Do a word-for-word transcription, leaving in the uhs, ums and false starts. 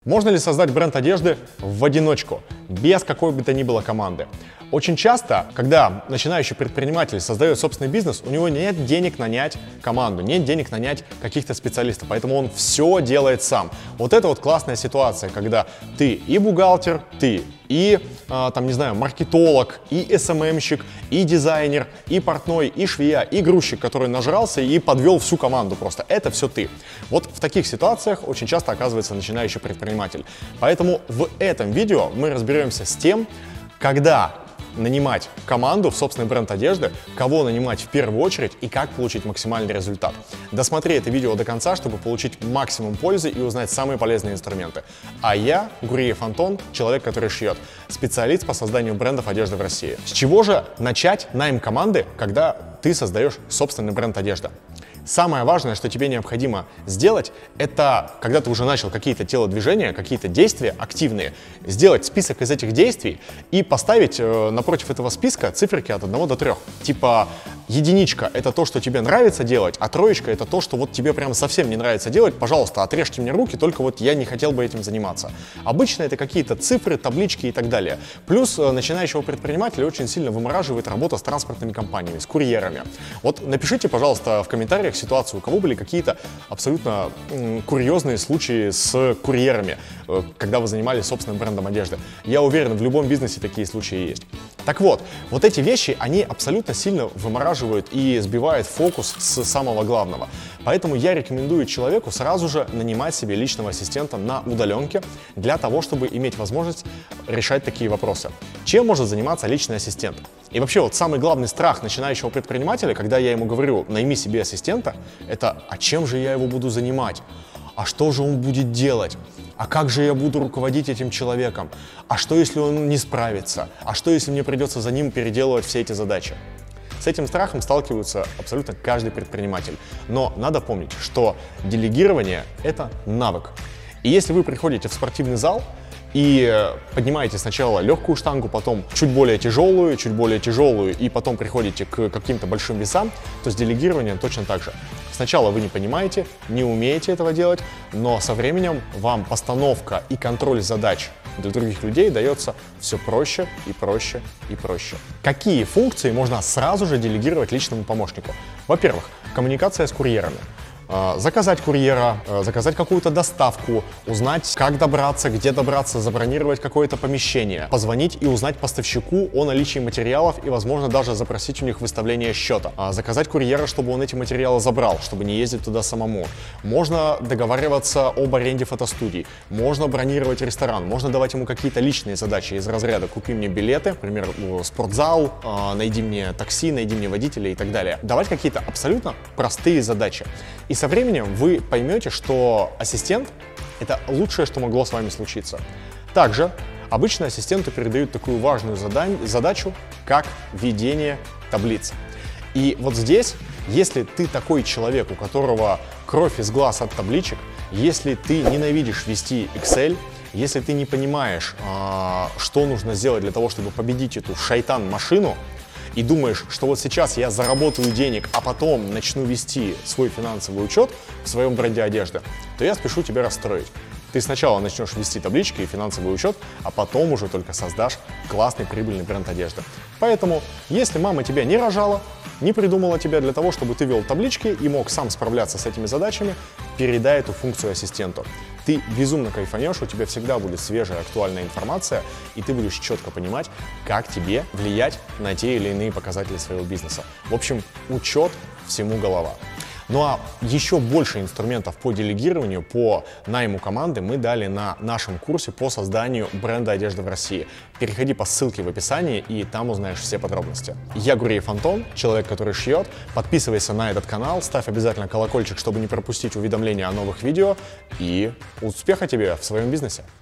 Можно ли создать бренд одежды в одиночку, без какой бы то ни было команды? Очень часто, когда начинающий предприниматель создает собственный бизнес, у него нет денег нанять команду, нет денег нанять каких-то специалистов, поэтому он все делает сам. Вот это вот классная ситуация, когда ты и бухгалтер, ты и, э, там, не знаю, маркетолог, и эс эм эм-щик, и дизайнер, и портной, и швея, и грузчик, который нажрался и подвел всю команду просто. Это все ты. Вот в таких ситуациях очень часто оказывается начинающий предприниматель. Поэтому в этом видео мы разберемся с тем, когда нанимать команду в собственный бренд одежды, кого нанимать в первую очередь и как получить максимальный результат. Досмотри это видео до конца, чтобы получить максимум пользы и узнать самые полезные инструменты. А я, Гуриев Антон, человек, который шьет, специалист по созданию брендов одежды в России. С чего же начать найм команды, когда ты создаешь собственный бренд одежды? Самое важное, что тебе необходимо сделать, это, когда ты уже начал какие-то телодвижения, какие-то действия активные, сделать список из этих действий и поставить э, напротив этого списка циферки от одного до трёх. Типа единичка — это то, что тебе нравится делать, а троечка — это то, что вот тебе прям совсем не нравится делать. Пожалуйста, отрежьте мне руки, только вот я не хотел бы этим заниматься. Обычно это какие-то цифры, таблички и так далее. Плюс э, начинающего предпринимателя очень сильно вымораживает работа с транспортными компаниями, с курьерами. Вот напишите, пожалуйста, в комментариях ситуацию, у кого были какие-то абсолютно м, курьезные случаи с курьерами, э, когда вы занимались собственным брендом одежды. Я уверен, в любом бизнесе такие случаи есть. Так вот, вот эти вещи, они абсолютно сильно вымораживают и сбивают фокус с самого главного. Поэтому я рекомендую человеку сразу же нанимать себе личного ассистента на удаленке для того, чтобы иметь возможность решать такие вопросы. Чем может заниматься личный ассистент? И вообще вот самый главный страх начинающего предпринимателя, когда я ему говорю: найми себе ассистента, это: а чем же я его буду занимать? А что же он будет делать? А как же я буду руководить этим человеком? А что, если он не справится? А что, если мне придется за ним переделывать все эти задачи? С этим страхом сталкивается абсолютно каждый предприниматель. Но надо помнить, что делегирование — это навык. И если вы приходите в спортивный зал и поднимаете сначала легкую штангу, потом чуть более тяжелую, чуть более тяжелую, и потом приходите к каким-то большим весам, то с делегированием точно так же. Сначала вы не понимаете, не умеете этого делать, но со временем вам постановка и контроль задач для других людей дается все проще и проще и проще. Какие функции можно сразу же делегировать личному помощнику? Во-первых, коммуникация с курьерами. Заказать курьера, заказать какую-то доставку, узнать, как добраться, где добраться, забронировать какое-то помещение, позвонить и узнать поставщику о наличии материалов и, возможно, даже запросить у них выставление счета. Заказать курьера, чтобы он эти материалы забрал, чтобы не ездить туда самому. Можно договариваться об аренде фотостудий, можно бронировать ресторан, можно давать ему какие-то личные задачи из разряда: купи мне билеты, например, в спортзал, найди мне такси, найди мне водителя и так далее. Давать какие-то абсолютно простые задачи. И со временем вы поймете, что ассистент — это лучшее, что могло с вами случиться. Также обычно ассистенту передают такую важную задань, задачу, как ведение таблиц. И вот здесь, если ты такой человек, у которого кровь из глаз от табличек, если ты ненавидишь вести Excel, если ты не понимаешь, что нужно сделать для того, чтобы победить эту шайтан-машину, и думаешь, что вот сейчас я заработаю денег, а потом начну вести свой финансовый учет в своем бренде одежды, то я спешу тебя расстроить. Ты сначала начнешь вести таблички и финансовый учет, а потом уже только создашь классный прибыльный бренд одежды. Поэтому, если мама тебя не рожала, не придумала тебя для того, чтобы ты вел таблички и мог сам справляться с этими задачами, передай эту функцию ассистенту. Ты безумно кайфанешь, у тебя всегда будет свежая, актуальная информация, и ты будешь четко понимать, как тебе влиять на те или иные показатели своего бизнеса. В общем, учет всему голова. Ну а еще больше инструментов по делегированию, по найму команды мы дали на нашем курсе по созданию бренда одежды в России. Переходи по ссылке в описании, и там узнаешь все подробности. Я Гуриев Антон, человек, который шьет. Подписывайся на этот канал, ставь обязательно колокольчик, чтобы не пропустить уведомления о новых видео. И успеха тебе в своем бизнесе!